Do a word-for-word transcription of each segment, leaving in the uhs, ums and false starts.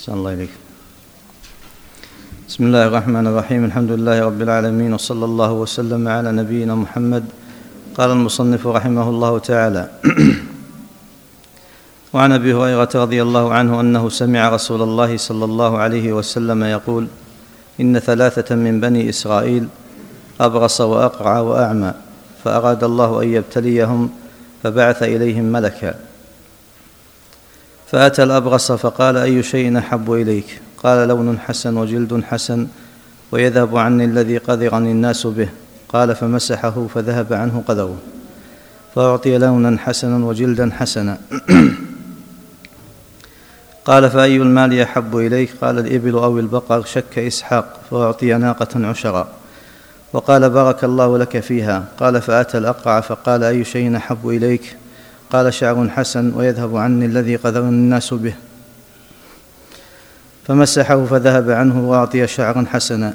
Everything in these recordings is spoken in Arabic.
أحسن الله إليك. بسم الله الرحمن الرحيم. الحمد لله رب العالمين، وصلى الله وسلم على نبينا محمد. قال المصنف رحمه الله تعالى: وعن أبي هريرة رضي الله عنه أنه سمع رسول الله صلى الله عليه وسلم يقول: إن ثلاثة من بني إسرائيل أبرص وأقرع وأعمى، فأراد الله أن يبتليهم فبعث إليهم ملكا، فأتى الأبرص فقال: أي شيء أحب إليك؟ قال: لون حسن وجلد حسن ويذهب عني الذي قذرني الناس به. قال: فمسحه فذهب عنه قذره، فأعطي لونا حسنا وجلدا حسنا. قال: فأي المال أحب إليك؟ قال: الإبل أو البقر، شك إسحاق، فأعطي ناقة عشرا، وقال: بارك الله لك فيها. قال: فأتى الأقرع فقال: أي شيء أحب إليك؟ قال: شعر حسن ويذهب عني الذي قذرني الناس به. فمسحه فذهب عنه وأعطي شعرا حسنا.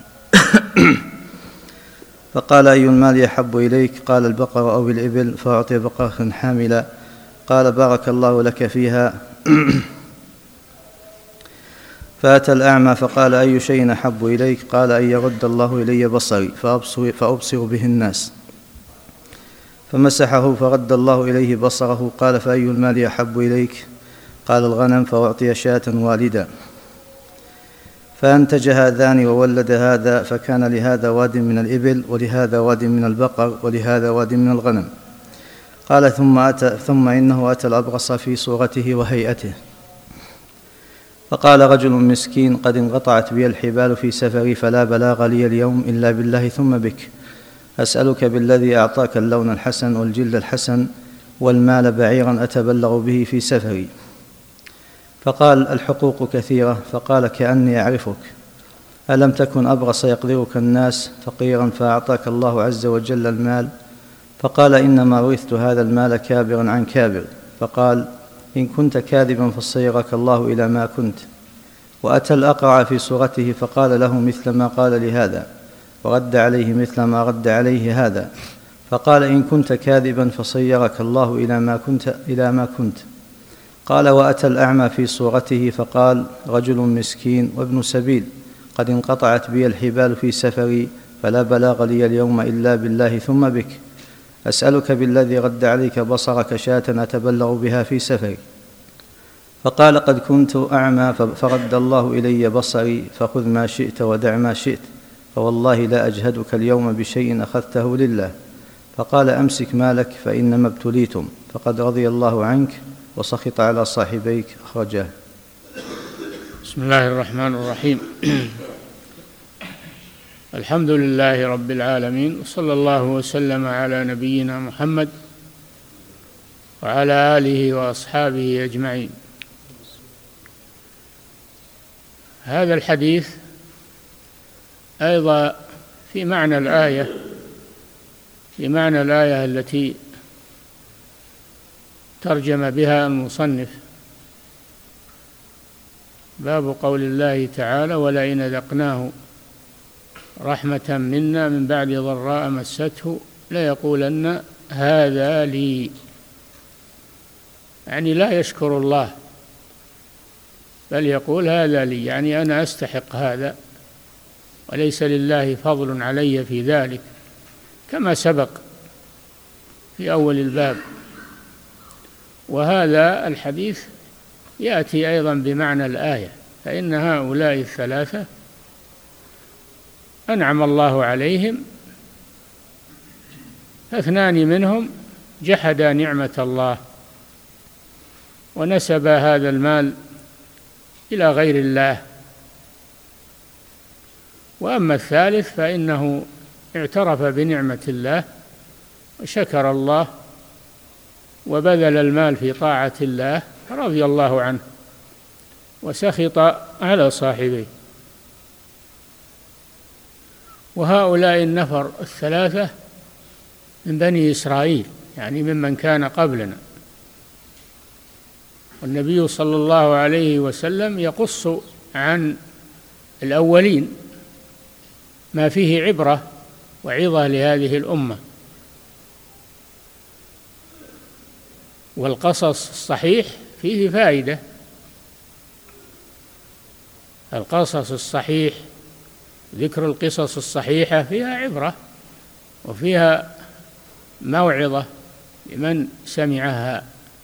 فقال: أي المال أحب إليك؟ قال: البقر أو الإبل، فأعطي بقرة حاملا. قال: بارك الله لك فيها. فأتى الأعمى فقال: أي شيء أحب إليك؟ قال: أن يرد الله إلي بصري فأبصر, فأبصر به الناس. فمسحه فرد الله إليه بصره. قال: فأي المال أحب إليك؟ قال: الغنم، فأعطي شاة والدا. فأنتج هذان وولد هذا، فكان لهذا واد من الإبل، ولهذا واد من البقر، ولهذا واد من الغنم. قال: ثم, أتى ثم إنه أتى الأبرص في صورته وهيئته، فقال: رجل مسكين قد انقطعت بي الحبال في سفري، فلا بلاغ لي اليوم إلا بالله ثم بك، أسألك بالذي أعطاك اللون الحسن والجلد الحسن والمال بعيرا أتبلغ به في سفري. فقال: الحقوق كثيرة. فقال: كأني أعرفك، ألم تكن أبرص يقدرك الناس فقيرا فأعطاك الله عز وجل المال؟ فقال: إنما ورثت هذا المال كابرا عن كابر. فقال: إن كنت كاذبا فصيرك الله إلى ما كنت. وأتى الأقرع في صورته فقال له مثل ما قال لهذا، ورد عليه مثل ما رد عليه هذا. فقال: إن كنت كاذبا فصيرك الله إلى ما كنت, إلى ما كنت. قال: وأتى الأعمى في صورته فقال: رجل مسكين وابن سبيل قد انقطعت بي الحبال في سفري، فلا بلاغ لي اليوم إلا بالله ثم بك، أسألك بالذي رد عليك بصرك شاة أتبلغ بها في سفري. فقال: قد كنت أعمى فرد الله إلي بصري، فخذ ما شئت ودع ما شئت، فوالله لا أجهدك اليوم بشيء أخذته لله. فقال: أمسك مالك فإنما ابتليتم، فقد رضي الله عنك وسخط على صاحبيك. أخرجاه. بسم الله الرحمن الرحيم. الحمد لله رب العالمين، وصلى الله وسلم على نبينا محمد وعلى آله وأصحابه أجمعين. هذا الحديث أيضا في معنى الآية في معنى الآية التي ترجم بها المصنف، باب قول الله تعالى: ولئن أذقناه رحمة منا من بعد ضراء مسته ليقولن هذا لي، يعني لا يشكر الله، بل يقول هذا لي، يعني أنا أستحق هذا وليس لله فضل علي في ذلك، كما سبق في أول الباب. وهذا الحديث يأتي أيضا بمعنى الآية، فإن هؤلاء الثلاثة أنعم الله عليهم، فاثنان منهم جحدا نعمة الله ونسب هذا المال إلى غير الله، وأما الثالث فإنه اعترف بنعمة الله وشكر الله وبذل المال في طاعة الله، رضي الله عنه وسخط على صاحبيه. وهؤلاء النفر الثلاثة من بني إسرائيل، يعني ممن كان قبلنا، والنبي صلى الله عليه وسلم يقص عن الأولين ما فيه عبرة وعظة لهذه الأمة. والقصص الصحيح فيه فائدة، القصص الصحيح، ذكر القصص الصحيحة فيها عبرة وفيها موعظة لمن سمعها.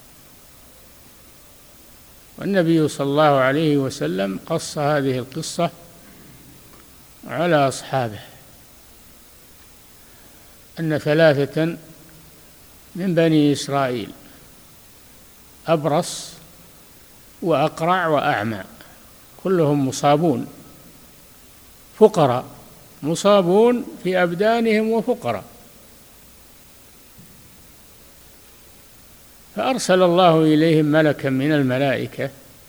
والنبي صلى الله عليه وسلم قص هذه القصة على أصحابه، أن ثلاثة من بني إسرائيل، أبرص وأقرع وأعمى، كلهم مصابون فقراء، مصابون في أبدانهم وفقراء، فأرسل الله إليهم ملكا من الملائكة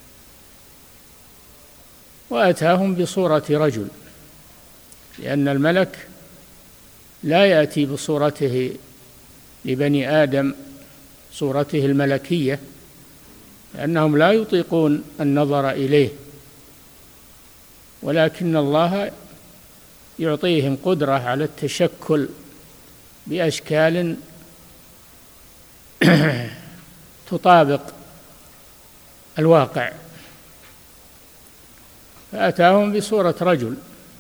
وأتاهم بصورة رجل، لأن الملك لا يأتي بصورته لبني آدم صورته الملكية، لأنهم لا يطيقون النظر إليه، ولكن الله يعطيهم قدرة على التشكل بأشكال تطابق الواقع، فأتاهم بصورة رجل.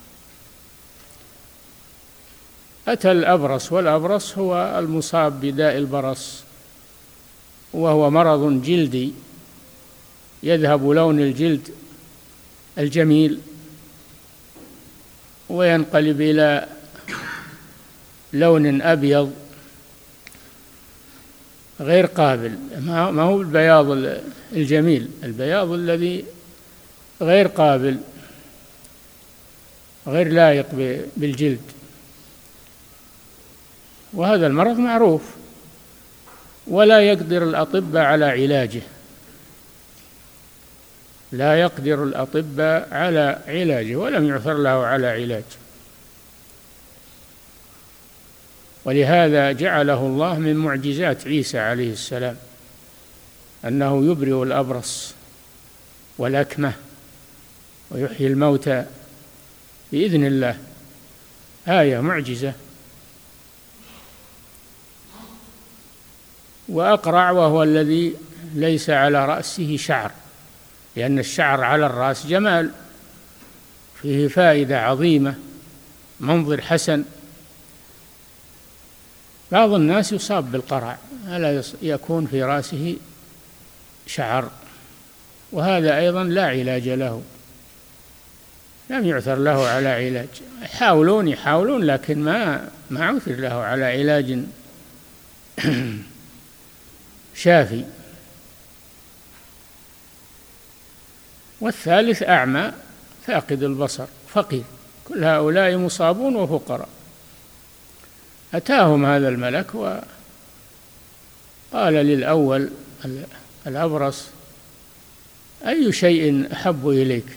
أتى الأبرص، والأبرص هو المصاب بداء البرص، وهو مرض جلدي يذهب لون الجلد الجميل وينقلب إلى لون أبيض غير قابل، ما هو البياض الجميل، البياض الذي غير قابل، غير لائق بالجلد. وهذا المرض معروف ولا يقدر الأطباء على علاجه، لا يقدر الأطباء على علاجه، ولم يعثر له على علاج، ولهذا جعله الله من معجزات عيسى عليه السلام أنه يبرئ الأبرص والأكمه ويحيي الموتى بإذن الله، آية معجزة. وأقرع وهو الذي ليس على رأسه شعر، لأن الشعر على الرأس جمال، فيه فائدة عظيمة، منظر حسن. بعض الناس يصاب بالقرع ألا يكون في رأسه شعر، وهذا أيضا لا علاج له، لم يعثر له على علاج، يحاولون يحاولون لكن ما ما عثر له على علاج شافي. والثالث أعمى فاقد البصر فقير، كل هؤلاء مصابون وفقراء. أتاهم هذا الملك وقال للأول الأبرص: أي شيء أحب إليك؟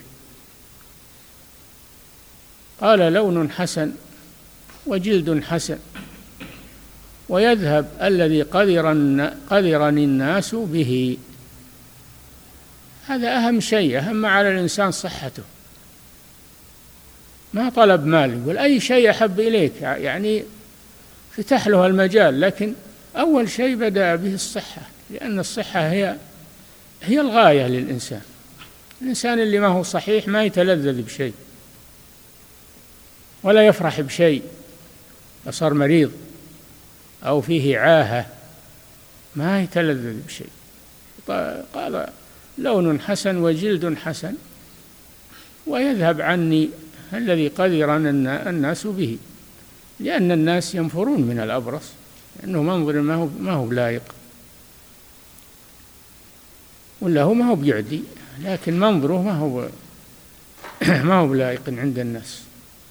قال: لون حسن وجلد حسن، ويذهب الذي قدرني الناس به. هذا أهم شيء، أهم على الإنسان صحته، ما طلب مال، يقول أي شيء أحب إليك، يعني فتح له المجال، لكن أول شيء بدأ به الصحة، لأن الصحة هي هي الغاية للإنسان. الإنسان اللي ما هو صحيح ما يتلذذ بشيء ولا يفرح بشيء، صار مريض أو فيه عاهة ما يتلذذ بشيء. قال: لون حسن وجلد حسن، ويذهب عني الذي قدرنا الناس به، لأن الناس ينفرون من الأبرص، لأنه منظر ما هو ما هو لايق، ولا هو ما هو بيعدي، لكن منظره ما هو ما هو لايق عند الناس.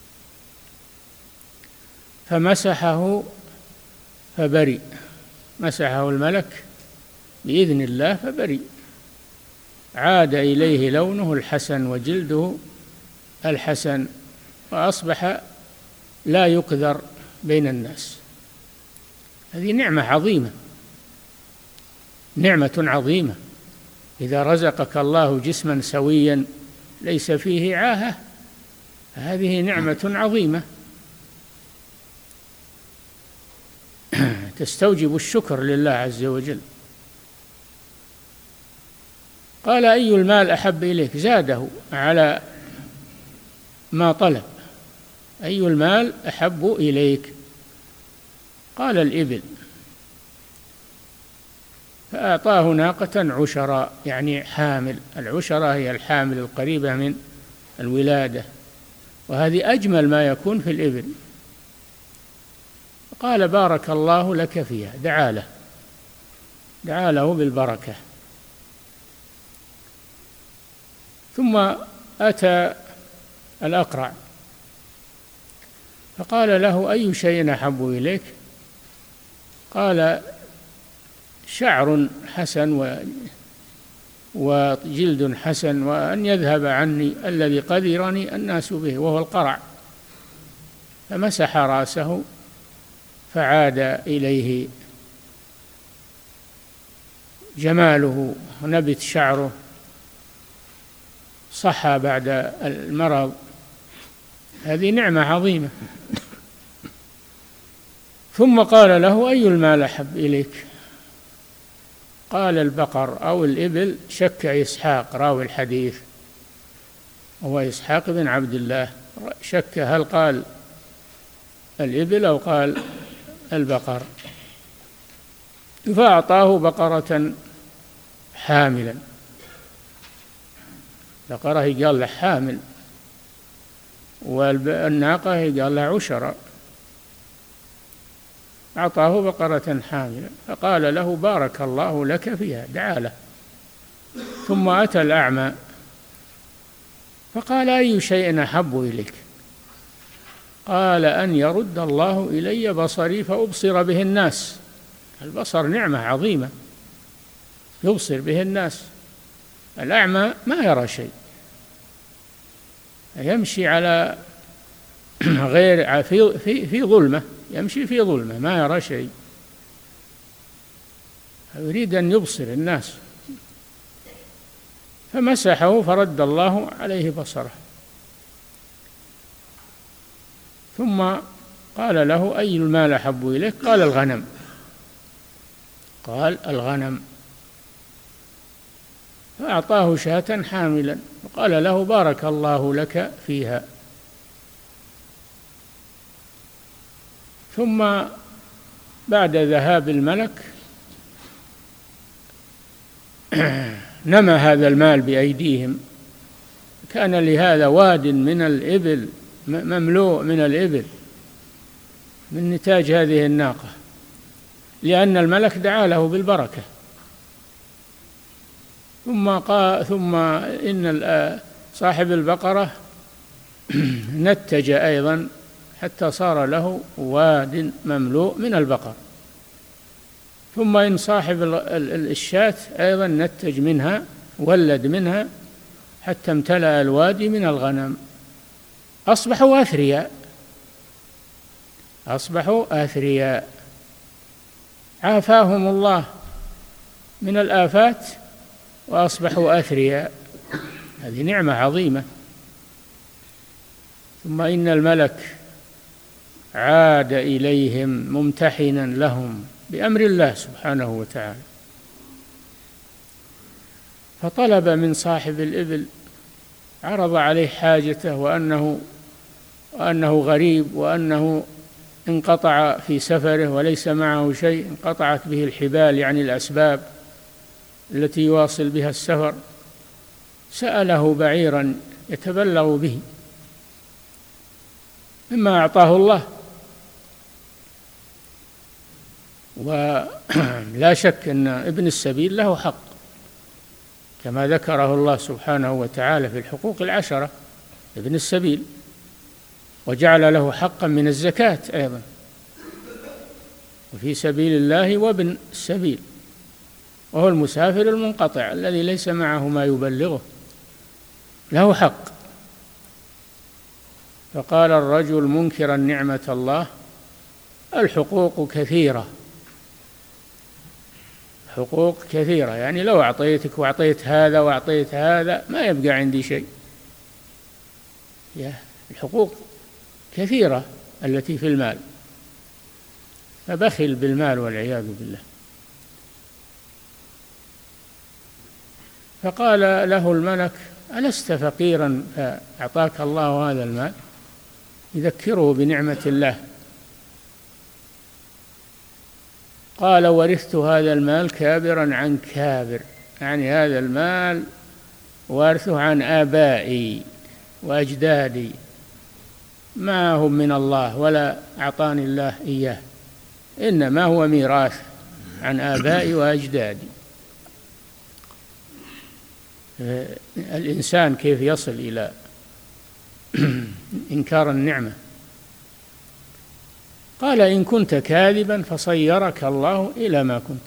فمسحه فبرئ، مسحه الملك بإذن الله فبرئ، عاد إليه لونه الحسن وجلده الحسن، وأصبح لا يقذر بين الناس. هذه نعمة عظيمة، نعمة عظيمة. إذا رزقك الله جسما سويا ليس فيه عاهة، هذه نعمة عظيمة تستوجب الشكر لله عز وجل. قال: أي المال أحب إليك؟ زاده على ما طلب: أي المال أحب إليك؟ قال: الإبل. فأعطاه ناقة عشراء، يعني حامل. العشرة هي الحامل القريبة من الولادة، وهذه أجمل ما يكون في الإبل. قال: بارك الله لك فيها. دعا له دعا له بالبركة. ثم أتى الأقرع فقال له: أي شيء أحب إليك؟ قال: شعر حسن وجلد حسن، وأن يذهب عني الذي قدرني الناس به، وهو القرع. فمسح رأسه فعاد إليه جماله ونبت شعره، صحى بعد المرض. هذه نعمة عظيمة. ثم قال له: أي المال أحب إليك؟ قال: البقر أو الإبل. شك إسحاق راوي الحديث، هو إسحاق بن عبد الله، شك هل قال الإبل أو قال البقر. فأعطاه بقرة حاملا. بقرة قال له حامل، والناقة قال له عشرة. أعطاه بقرة حاملا فقال له: بارك الله لك فيها. دعا له. ثم أتى الأعمى فقال: أي شيء أحب إليك؟ قال: أن يرد الله إلي بصري فأبصر به الناس. البصر نعمة عظيمة يبصر به الناس. الأعمى ما يرى شيء، يمشي على غير في في في ظلمة، يمشي في ظلمة ما يرى شيء، يريد أن يبصر الناس. فمسحه فرد الله عليه بصره. ثم قال له: أي المال أحب إليك؟ قال: الغنم. قال: الغنم. فأعطاه شاة حاملا وقال له: بارك الله لك فيها. ثم بعد ذهاب الملك نمى هذا المال بأيديهم. كان لهذا واد من الإبل مملوء من الإبل من نتاج هذه الناقة، لأن الملك دعا له بالبركة. ثم قال ثم إن صاحب البقرة نتج أيضا حتى صار له واد مملوء من البقر. ثم إن صاحب الشاة أيضا نتج منها، ولد منها حتى امتلأ الوادي من الغنم. أصبحوا أثرياء أصبحوا أثرياء عافاهم الله من الآفات وأصبحوا أثرياء. هذه نعمة عظيمة. ثم إن الملك عاد إليهم ممتحنا لهم بأمر الله سبحانه وتعالى، فطلب من صاحب الإبل، عرض عليه حاجته وأنه وأنه غريب، وأنه انقطع في سفره وليس معه شيء، انقطعت به الحبال يعني الأسباب التي يواصل بها السفر. سأله بعيرا يتبلغ به مما أعطاه الله. ولا شك أن ابن السبيل له حق كما ذكره الله سبحانه وتعالى في الحقوق العشرة، ابن السبيل، وجعل له حقا من الزكاة أيضا، وفي سبيل الله وابن السبيل، وهو المسافر المنقطع الذي ليس معه ما يبلغه، له حق. فقال الرجل منكرا نعمة الله: الحقوق كثيرة، حقوق كثيرة، يعني لو أعطيتك وأعطيت هذا وأعطيت هذا ما يبقى عندي شيء. الحقوق كثيرة التي في المال، فبخل بالمال والعياذ بالله. فقال له الملك: ألست فقيرا فأعطاك الله هذا المال؟ يذكره بنعمة الله. قال ورثت هذا المال كابرا عن كابر، يعني هذا المال وارثه عن آبائي وأجدادي، ما هم من الله ولا أعطاني الله إياه، إنما هو ميراث عن آبائي وأجدادي. الإنسان كيف يصل إلى إنكار النعمة؟ قال إن كنت كاذبا فصيرك الله إلى ما كنت.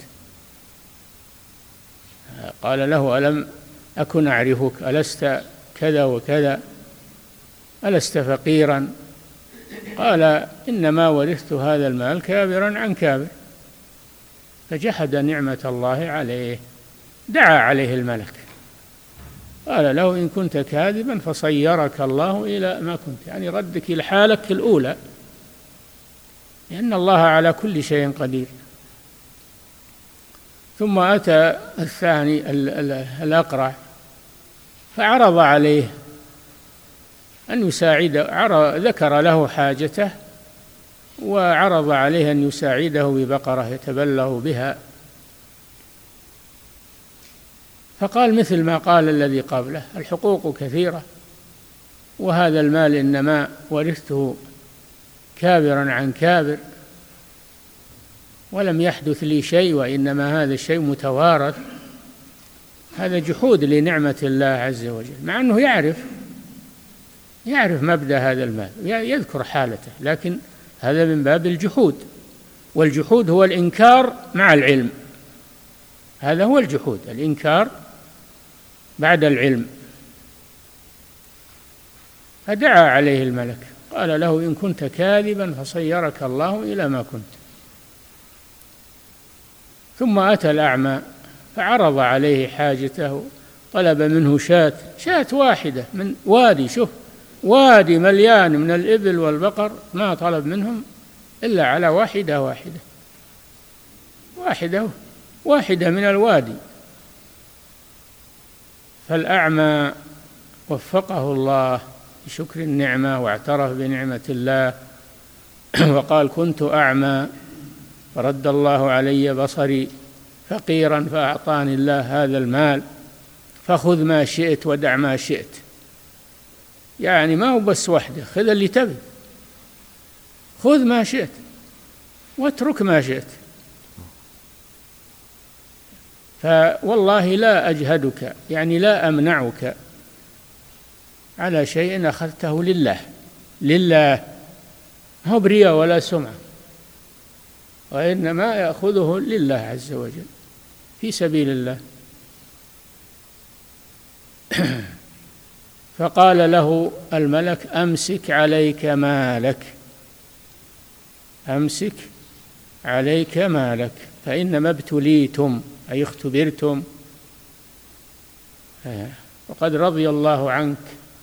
قال له ألم أكن أعرفك؟ ألست كذا وكذا؟ ألست فقيرا؟ قال إنما ورثت هذا المال كابرا عن كابر. فجحد نعمة الله عليه، دعا عليه الملك، قال له إن كنت كاذبا فصيرك الله إلى ما كنت، يعني ردك إلى حالك الأولى، لأن الله على كل شيء قدير. ثم أتى الثاني الأقرع فعرض عليه أن يساعده، ذكر له حاجته وعرض عليه أن يساعده ببقرة يتبلغ بها، فقال مثل ما قال الذي قبله: الحقوق كثيرة، وهذا المال إنما ورثته كابرا عن كابر، ولم يحدث لي شيء، وإنما هذا الشيء متوارث. هذا جحود لنعمة الله عز وجل، مع أنه يعرف يعرف مبدأ هذا المال، يذكر حالته، لكن هذا من باب الجحود، والجحود هو الإنكار مع العلم. هذا هو الجحود، الإنكار بعد العلم. فدعا عليه الملك، قال له إن كنت كاذبا فصيرك الله إلى ما كنت. ثم أتى الأعمى فعرض عليه حاجته، طلب منه شاة شاة واحدة من وادي، شوف وادي مليان من الإبل والبقر، ما طلب منهم إلا على واحدة واحدة واحدة واحدة من الوادي. فالأعمى وفقه الله بشكر النعمة واعترف بنعمة الله وقال كنت أعمى فرد الله علي بصري فقيرا فأعطاني الله هذا المال، فخذ ما شئت ودع ما شئت. يعني ما هو بس وحده، خذ اللي تبي، خذ ما شئت واترك ما شئت. فوالله لا أجهدك، يعني لا أمنعك على شيء أخذته لله لله، هو برياء ولا سمعة، وإنما يأخذه لله عز وجل في سبيل الله. فقال له الملك أمسك عليك مالك، أمسك عليك مالك فإنما ابتليتم، أي اختبرتم، وقد رضي الله عنك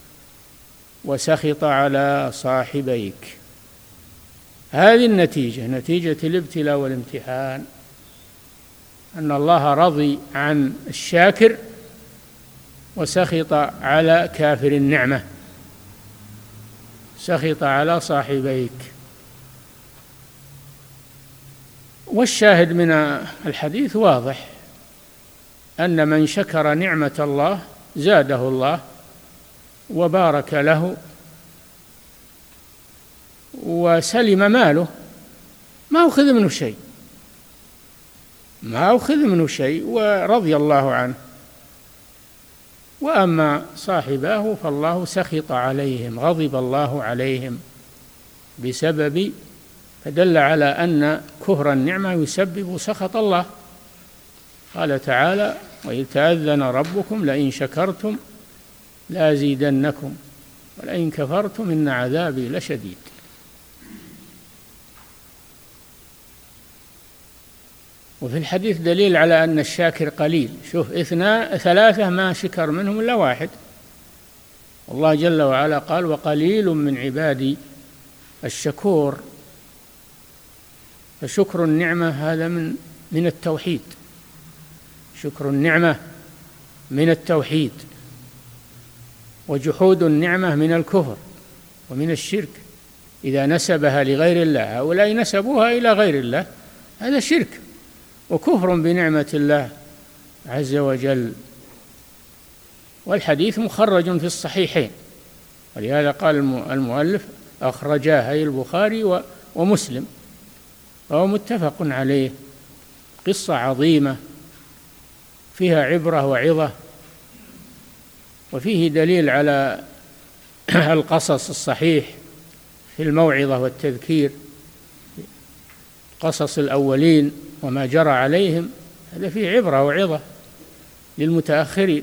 وسخط على صاحبيك. هذه النتيجة، نتيجة الابتلاء والامتحان، أن الله رضي عن الشاكر وسخط على كافر النعمة، سخط على صاحبيك. والشاهد من الحديث واضح، أن من شكر نعمة الله زاده الله وبارك له وسلم ماله، ما أخذ منه شيء، ما أخذ منه شيء ورضي الله عنه. وأما صاحباه فالله سخط عليهم، غضب الله عليهم بسبب، فدل على أن كفر النعمة يسبب سخط الله. قال تعالى وإذ تأذن ربكم لئن شكرتم لأزيدنكم ولئن كفرتم إن عذابي لشديد. وفي الحديث دليل على أن الشاكر قليل. شوف اثنان ثلاثة ما شكر منهم إلا واحد، والله جل وعلا قال وقليل من عبادي الشكور. فشكر النعمة هذا من من التوحيد، شكر النعمة من التوحيد. وجحود النعمة من الكفر ومن الشرك إذا نسبها لغير الله. هؤلاء نسبوها إلى غير الله، هذا شرك وكفر بنعمة الله عز وجل. والحديث مخرج في الصحيحين، ولهذا قال المؤلف أخرجاه أي البخاري ومسلم، وهو متفق عليه. قصة عظيمة فيها عبرة وعظة، وفيه دليل على القصص الصحيح في الموعظة والتذكير، قصص الأولين وما جرى عليهم، هذا فيه عبرة وعظة للمتأخرين.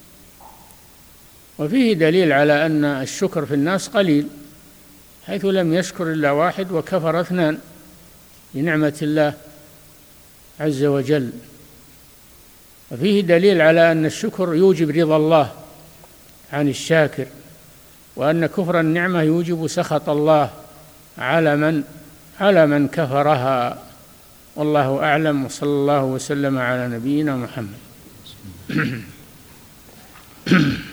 وفيه دليل على أن الشكر في الناس قليل، حيث لم يشكر إلا واحد وكفر اثنان لنعمة الله عز وجل. وفيه دليل على أن الشكر يوجب رضا الله عن الشاكر، وأن كفر النعمة يوجب سخط الله على من على من كفرها. والله أعلم، وصلى الله وسلم على نبينا محمد.